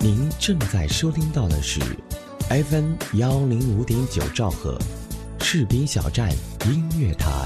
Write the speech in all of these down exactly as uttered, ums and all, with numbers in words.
您正在收听到的是 F M 幺零五点九兆赫，士兵小站音乐台。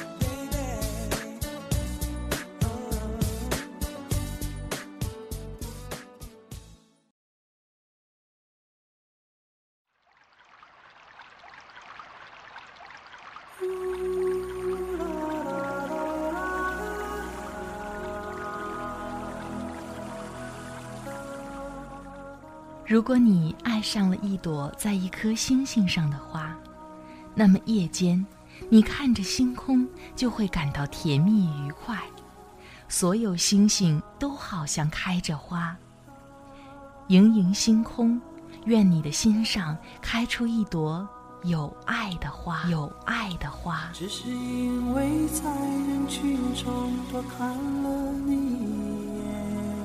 如果你爱上了一朵在一颗星星上的花，那么夜间你看着星空就会感到甜蜜愉快，所有星星都好像开着花。盈盈星空，愿你的心上开出一朵有爱的花，有爱的花。 只是因为在人群中多看了你一眼，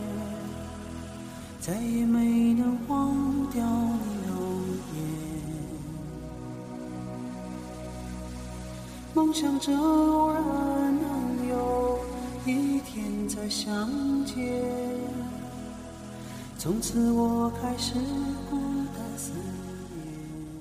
再也没能忘掉你容颜，梦想着偶然能有一天再相见，从此我开始孤单思念。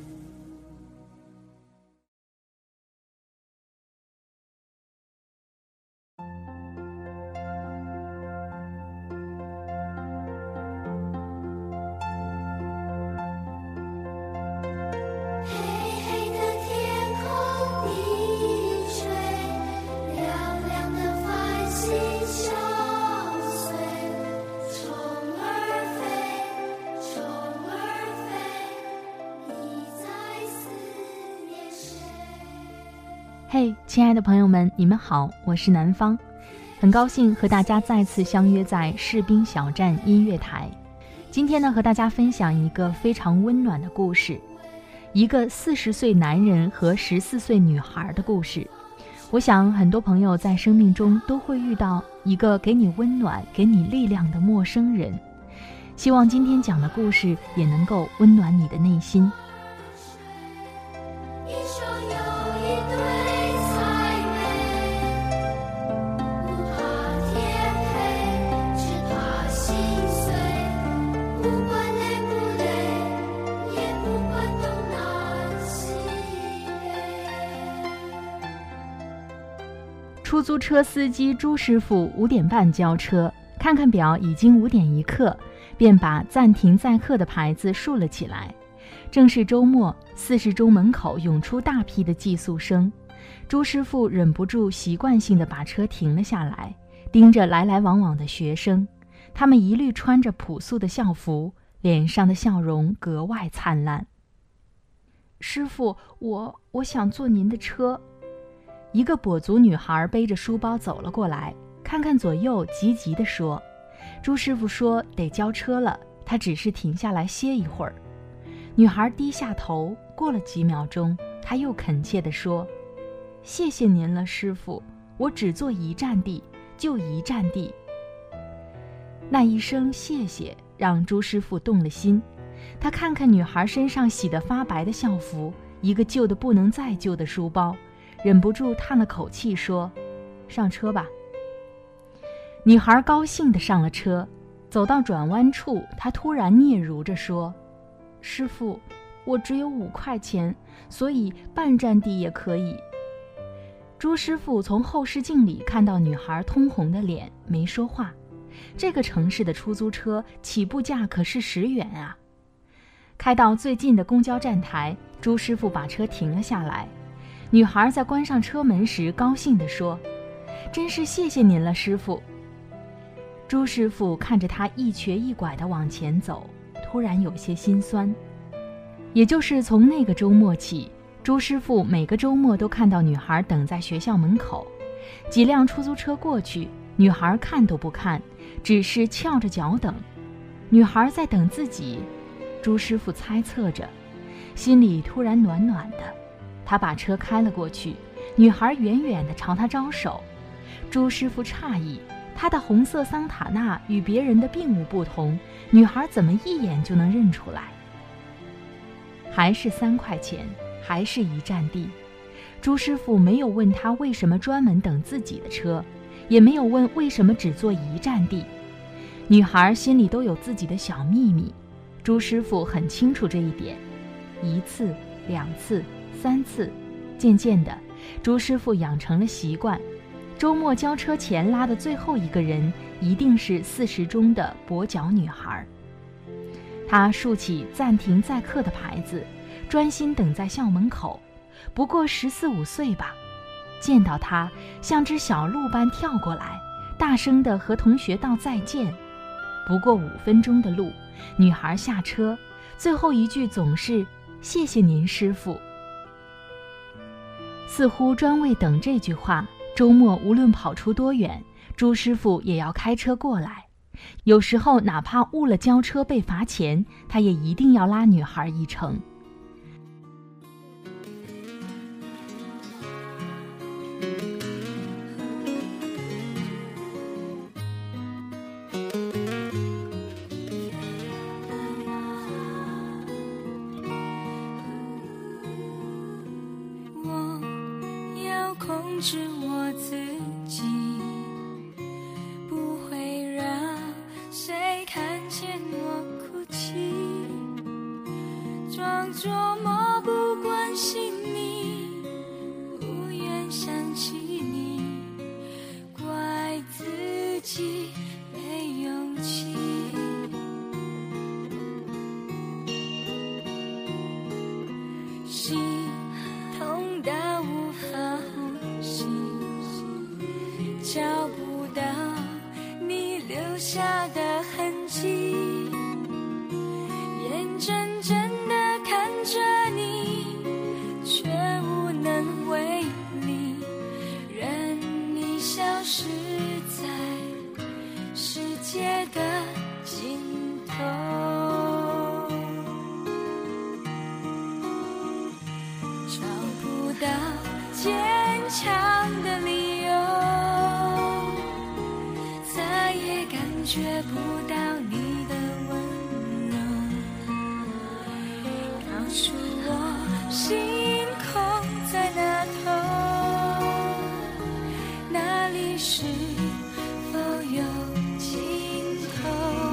嘿、hey, 亲爱的朋友们，你们好，我是南方，很高兴和大家再次相约在士兵小站音乐台。今天呢，和大家分享一个非常温暖的故事，一个四十岁男人和十四岁女孩的故事。我想很多朋友在生命中都会遇到一个给你温暖、给你力量的陌生人。希望今天讲的故事也能够温暖你的内心。出租车司机朱师傅五点半交车，看看表已经五点一刻，便把暂停载客的牌子竖了起来。正是周末，四十中门口涌出大批的寄宿生，朱师傅忍不住习惯性地把车停了下来，盯着来来往往的学生，他们一律穿着朴素的校服，脸上的笑容格外灿烂。师傅，我我想坐您的车。一个跛足女孩背着书包走了过来，看看左右，急急地说：朱师傅说得交车了，他只是停下来歇一会儿。女孩低下头，过了几秒钟，她又恳切地说：谢谢您了，师傅，我只坐一站地，就一站地。那一声谢谢让朱师傅动了心，他看看女孩身上洗得发白的校服，一个旧得不能再旧的书包，忍不住叹了口气说：上车吧。女孩高兴地上了车，走到转弯处，她突然嗫嚅着说：师傅，我只有五块钱，所以半站地也可以。朱师傅从后视镜里看到女孩通红的脸，没说话。这个城市的出租车起步价可是十元啊。开到最近的公交站台，朱师傅把车停了下来。女孩在关上车门时高兴地说：真是谢谢您了，师傅。朱师傅看着她一瘸一拐地往前走，突然有些心酸。也就是从那个周末起，朱师傅每个周末都看到女孩等在学校门口，几辆出租车过去，女孩看都不看，只是翘着脚等。女孩在等自己，朱师傅猜测着，心里突然暖暖的。他把车开了过去，女孩远远地朝他招手。朱师傅诧异，他的红色桑塔纳与别人的并无不同，女孩怎么一眼就能认出来？还是三块钱，还是一站地。朱师傅没有问他为什么专门等自己的车，也没有问为什么只坐一站地。 女孩心里都有自己的小秘密，朱师傅很清楚这一点。一次、两次、三次，渐渐的，朱师傅养成了习惯，周末交车前拉的最后一个人一定是四十中的跛脚女孩。他竖起暂停载客的牌子，专心等在校门口，不过十四五岁吧。见到他，像只小鹿般跳过来，大声地和同学道再见。不过五分钟的路，女孩下车，最后一句总是谢谢您师傅。似乎专为等这句话，周末无论跑出多远，朱师傅也要开车过来。有时候哪怕误了交车被罚钱，他也一定要拉女孩一程。 我要控制我自己，不会让谁看见我哭泣，装作漠不关心你，不愿想起你，怪自己没勇气。心痛到无法呼吸，找不到你留下的痕迹，眼睁睁地看着你，却无能为力，任你消失在世界的尽头。找不到坚强的理由，再也感觉不到你的温柔，告诉我星空在那头，那里是否有尽头。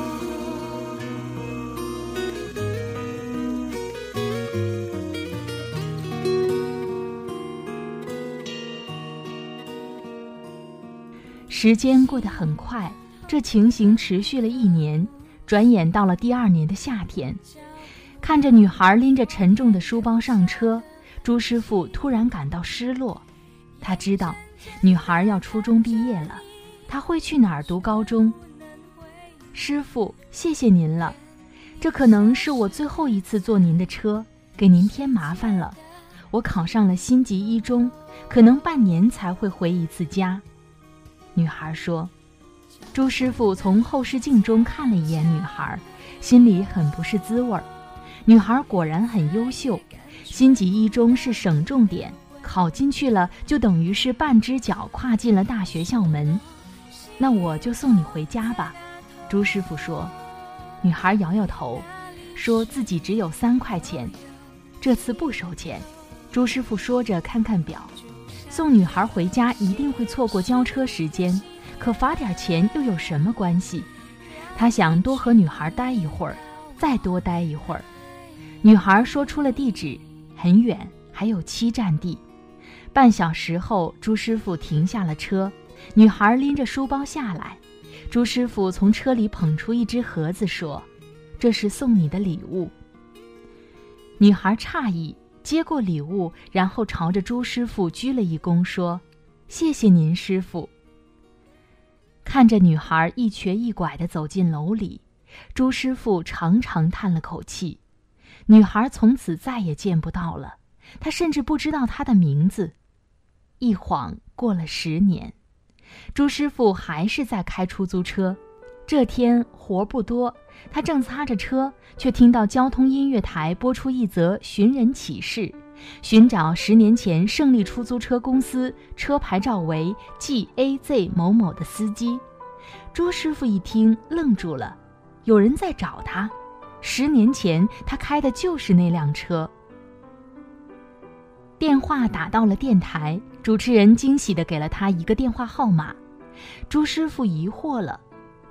时间过得很快，这情形持续了一年，转眼到了第二年的夏天。看着女孩拎着沉重的书包上车，朱师傅突然感到失落。他知道女孩要初中毕业了，她会去哪儿读高中？师傅，谢谢您了，这可能是我最后一次坐您的车，给您添麻烦了。我考上了星级一中，可能半年才会回一次家。女孩说。朱师傅从后视镜中看了一眼女孩，心里很不是滋味。女孩果然很优秀，星级一中是省重点，考进去了就等于是半只脚跨进了大学校门。那我就送你回家吧，朱师傅说。女孩摇摇头，说自己只有三块钱，这次不收钱。朱师傅说着看看表，送女孩回家一定会错过交车时间，可罚点钱又有什么关系？他想多和女孩待一会儿，再多待一会儿。女孩说出了地址，很远，还有七站地。半小时后，朱师傅停下了车，女孩拎着书包下来。朱师傅从车里捧出一只盒子，说：“这是送你的礼物。”女孩诧异，接过礼物，然后朝着朱师傅鞠了一躬，说：“谢谢您，师傅。”看着女孩一瘸一拐地走进楼里，朱师傅长长叹了口气。女孩从此再也见不到了，他甚至不知道她的名字。一晃过了十年，朱师傅还是在开出租车。这天活不多，他正擦着车，却听到交通音乐台播出一则寻人启事，寻找十年前胜利出租车公司车牌照为 G A Z 某某的司机。朱师傅一听愣住了，有人在找他，十年前他开的就是那辆车。电话打到了电台，主持人惊喜地给了他一个电话号码。朱师傅疑惑了，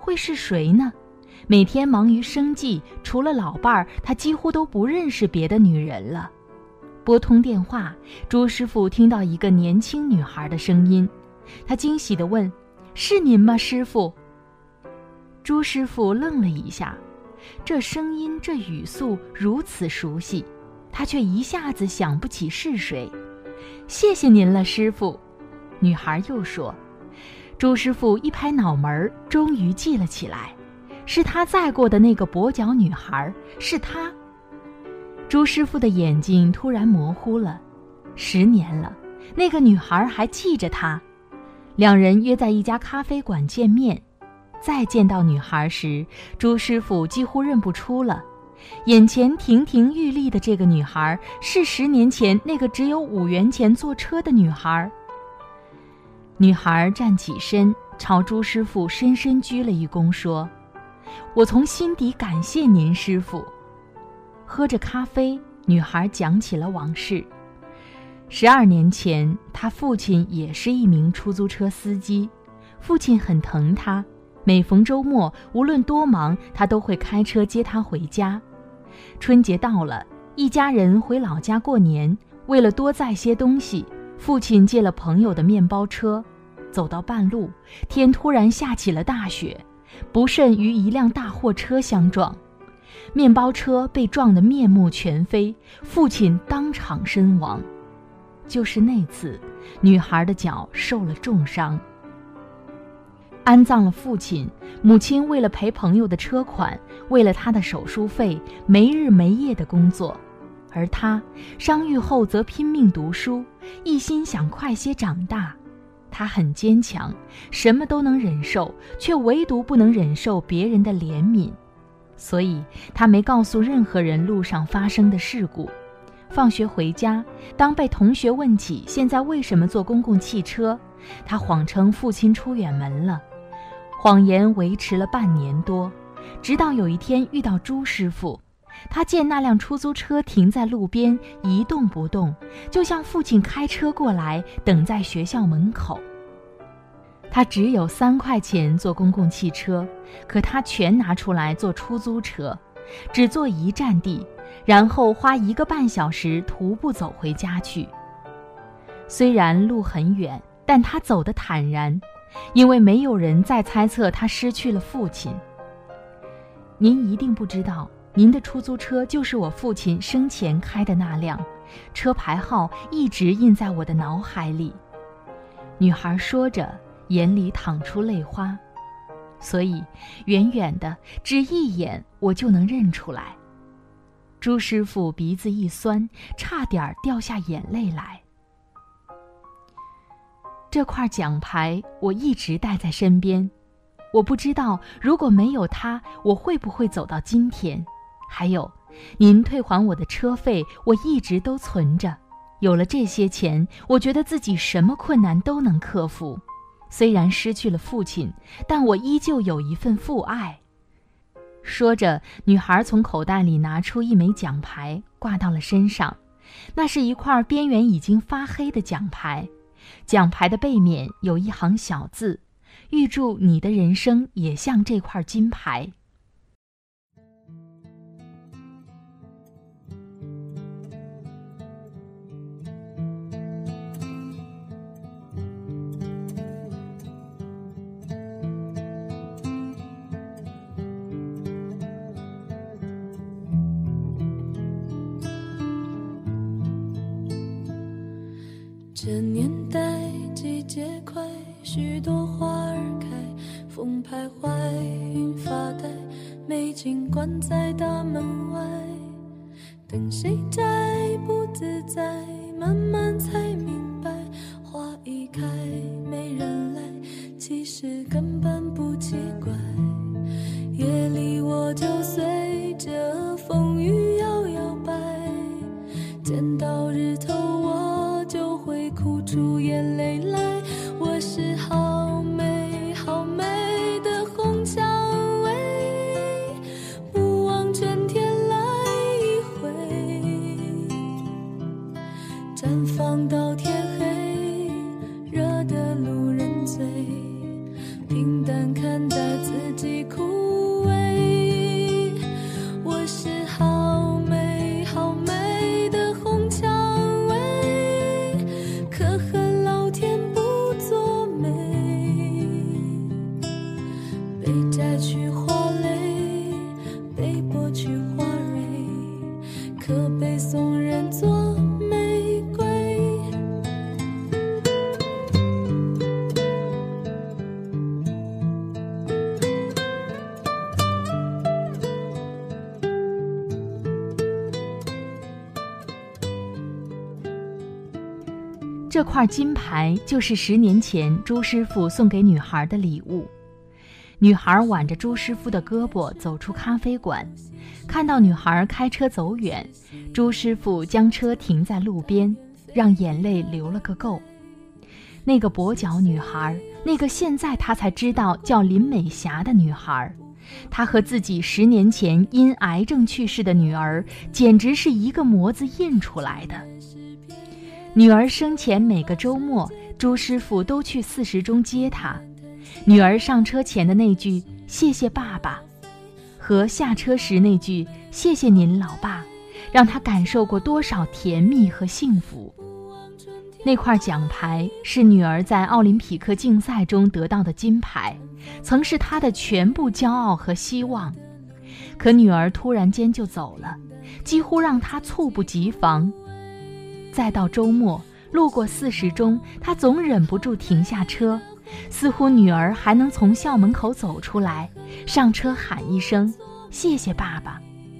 会是谁呢？每天忙于生计，除了老伴儿，他几乎都不认识别的女人了。拨通电话，朱师傅听到一个年轻女孩的声音，他惊喜地问：是您吗，师傅？朱师傅愣了一下，这声音这语速如此熟悉，他却一下子想不起是谁。谢谢您了，师傅。女孩又说。朱师傅一拍脑门，终于记了起来，是他载过的那个跛脚女孩，是她。朱师傅的眼睛突然模糊了，十年了，那个女孩还记着他。两人约在一家咖啡馆见面，再见到女孩时，朱师傅几乎认不出了，眼前亭亭玉立的这个女孩是十年前那个只有五元钱坐车的女孩。女孩站起身，朝朱师傅深深鞠了一躬，说：我从心底感谢您，师傅。喝着咖啡，女孩讲起了往事。十二年前，她父亲也是一名出租车司机，父亲很疼她，每逢周末，无论多忙，他都会开车接她回家。春节到了，一家人回老家过年，为了多载些东西，父亲借了朋友的面包车，走到半路，天突然下起了大雪，不慎与一辆大货车相撞，面包车被撞得面目全非，父亲当场身亡。就是那次，女孩的脚受了重伤。安葬了父亲，母亲为了赔朋友的车款，为了他的手术费，没日没夜的工作，而他伤愈后则拼命读书，一心想快些长大。他很坚强，什么都能忍受，却唯独不能忍受别人的怜悯，所以他没告诉任何人路上发生的事故。放学回家，当被同学问起现在为什么坐公共汽车，他谎称父亲出远门了。谎言维持了半年多，直到有一天遇到朱师傅，他见那辆出租车停在路边一动不动，就像父亲开车过来，等在学校门口。他只有三块钱坐公共汽车，可他全拿出来坐出租车，只坐一站地，然后花一个半小时徒步走回家去。虽然路很远，但他走得坦然，因为没有人再猜测他失去了父亲。您一定不知道，您的出租车就是我父亲生前开的那辆，车牌号一直印在我的脑海里。女孩说着，眼里淌出泪花，所以远远的只一眼我就能认出来。朱师傅鼻子一酸，差点掉下眼泪来。这块奖牌我一直带在身边，我不知道如果没有它，我会不会走到今天。还有，您退还我的车费，我一直都存着。有了这些钱，我觉得自己什么困难都能克服。虽然失去了父亲，但我依旧有一份父爱。说着，女孩从口袋里拿出一枚奖牌，挂到了身上。那是一块边缘已经发黑的奖牌，奖牌的背面有一行小字：预祝你的人生也像这块金牌。 这年代季节快，许多花儿开，风徘徊，云发呆，美景关在大门外，等谁摘不自在，慢慢才明白，花一开没人来，其实根本不奇怪。夜里我就随着风雨摇摇摆，见到日头我就会哭出眼泪来。我是好美好美的红蔷薇，不忘春天来一回，绽放到天会枯萎。我是好美好美的红蔷薇，可恨老天不作美，被摘去花蕾，被剥去花蕊，可被送人作玫瑰。 这块金牌就是十年前朱师傅送给女孩的礼物。女孩挽着朱师傅的胳膊走出咖啡馆，看到女孩开车走远，朱师傅将车停在路边，让眼泪流了个够。那个跛脚女孩，那个现在他才知道叫林美霞的女孩，她和自己十年前因癌症去世的女儿简直是一个模子印出来的。女儿生前每个周末，朱师傅都去四十中接她。女儿上车前的那句“谢谢爸爸”，和下车时那句“谢谢您老爸”，让她感受过多少甜蜜和幸福。那块奖牌是女儿在奥林匹克竞赛中得到的金牌，曾是她的全部骄傲和希望。可女儿突然间就走了，几乎让她猝不及防。再到周末路过四十中，他总忍不住停下车，似乎女儿还能从校门口走出来，上车喊一声谢谢爸爸。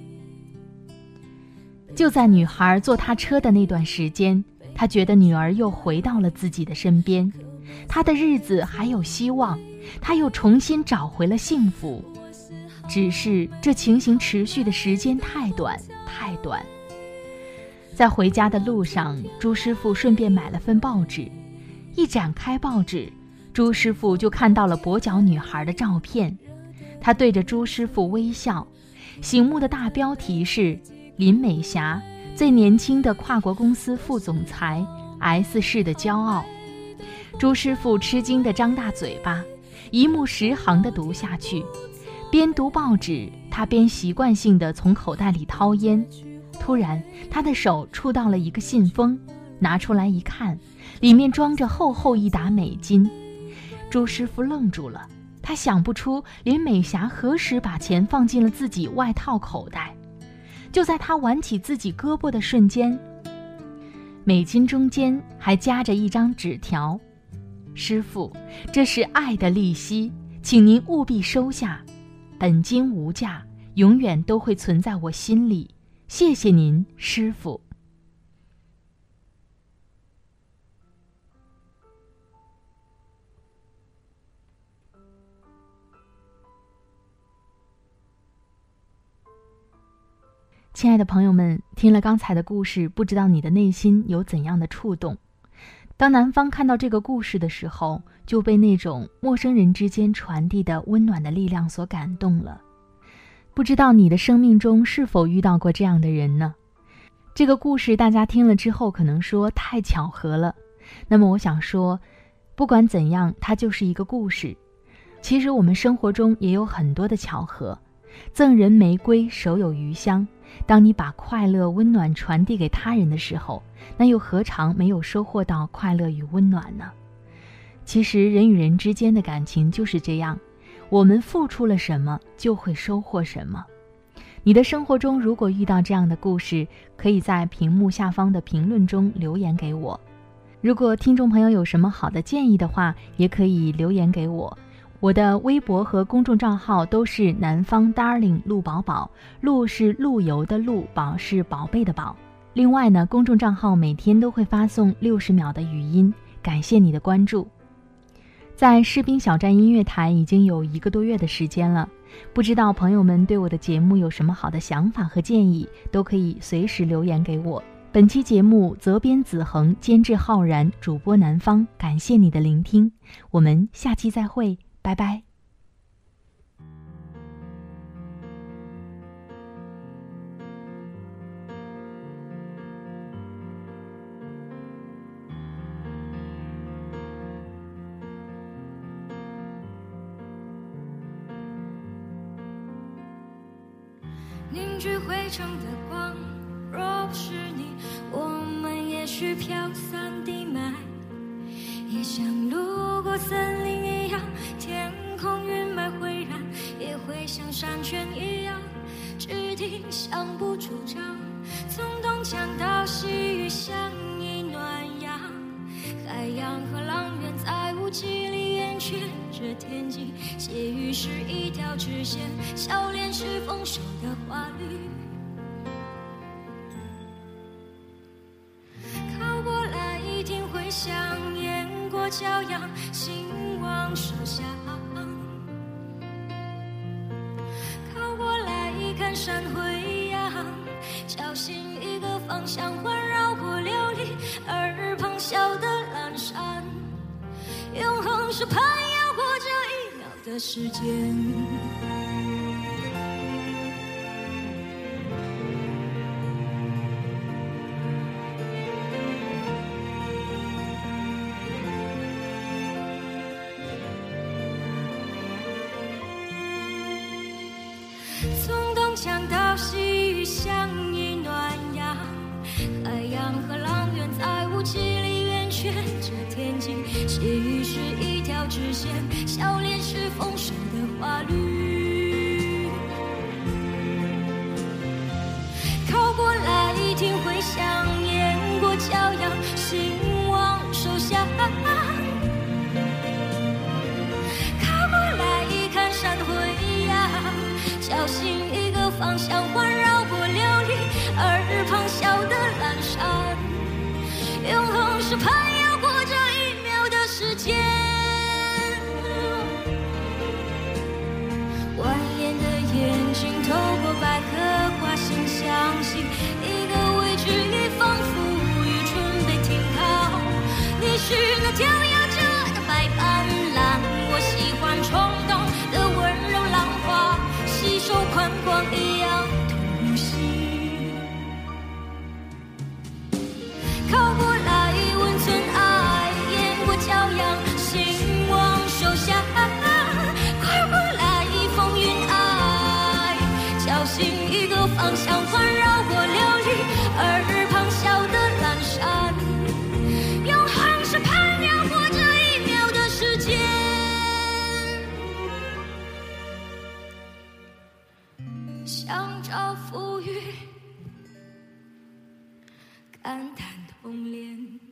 就在女孩坐他车的那段时间，他觉得女儿又回到了自己的身边，他的日子还有希望，他又重新找回了幸福。只是这情形持续的时间太短太短。在回家的路上，朱师傅顺便买了份报纸，一展开报纸，朱师傅就看到了跛脚女孩的照片。他对着朱师傅微笑，醒目的大标题是林美霞，最年轻的跨国公司副总裁， S 市的骄傲。朱师傅吃惊地张大嘴巴，一目十行地读下去。边读报纸，他边习惯性地从口袋里掏烟。突然他的手触到了一个信封，拿出来一看，里面装着厚厚一沓美金。朱师傅愣住了，他想不出林美霞何时把钱放进了自己外套口袋。就在他挽起自己胳膊的瞬间，美金中间还夹着一张纸条：师傅，这是爱的利息，请您务必收下，本金无价，永远都会存在我心里，谢谢您，师傅。亲爱的朋友们，听了刚才的故事，不知道你的内心有怎样的触动？当南方看到这个故事的时候，就被那种陌生人之间传递的温暖的力量所感动了。不知道你的生命中是否遇到过这样的人呢？这个故事大家听了之后可能说太巧合了，那么我想说，不管怎样，它就是一个故事。其实我们生活中也有很多的巧合，赠人玫瑰，手有余香。当你把快乐温暖传递给他人的时候，那又何尝没有收获到快乐与温暖呢？其实人与人之间的感情就是这样，我们付出了什么就会收获什么。你的生活中如果遇到这样的故事，可以在屏幕下方的评论中留言给我。如果听众朋友有什么好的建议的话，也可以留言给我。我的微博和公众账号都是南方 Darling 陆宝宝，陆是陆游的陆，宝是宝贝的宝。另外呢，公众账号每天都会发送六十秒的语音，感谢你的关注。在士兵小站音乐台已经有一个多月的时间了，不知道朋友们对我的节目有什么好的想法和建议，都可以随时留言给我。本期节目责编子恒，监制浩然，主播南方，感谢你的聆听，我们下期再会，拜拜。 凝聚汇成的光。若不是你，我们也许飘散地埋，也像路过森林一样，天空云霾灰然，也会像山泉一样，质地像不主张。从东墙到西域，相依暖阳，海洋和浪源在无几里圆圈着天际，斜雨是一条直线，笑脸是丰收的花绿。靠过来听回响，雁过骄阳，兴亡手下。靠过来看山回扬，侥幸一个方向，环绕过琉璃耳旁小的阑珊。永恒是攀摇过这一秒的时间。从东墙到西域，相依暖阳，海洋和浪源在无几里圆圈着天际，斜雨是一条直线，笑脸是丰收的花绿。靠过来听回响，雁过骄阳，兴亡手下。靠过来看山回扬，侥幸一个方向，环绕过琉璃耳旁小的阑珊。永恒是攀摇过这一秒的时间。蜿蜒的眼睛透过百合花心，相信一个未知已仿佛与准备停靠。你是那跳跃着的白斑斓，我喜欢冲动的温柔浪花，吸收宽广一样吐息。靠过来温存爱，雁过骄阳，兴亡手下。快过来风云爱，侥幸一个方向，环绕过琉璃耳旁小的阑珊。永恒是攀摇过这一秒的时间。相照浮语，感叹同怜。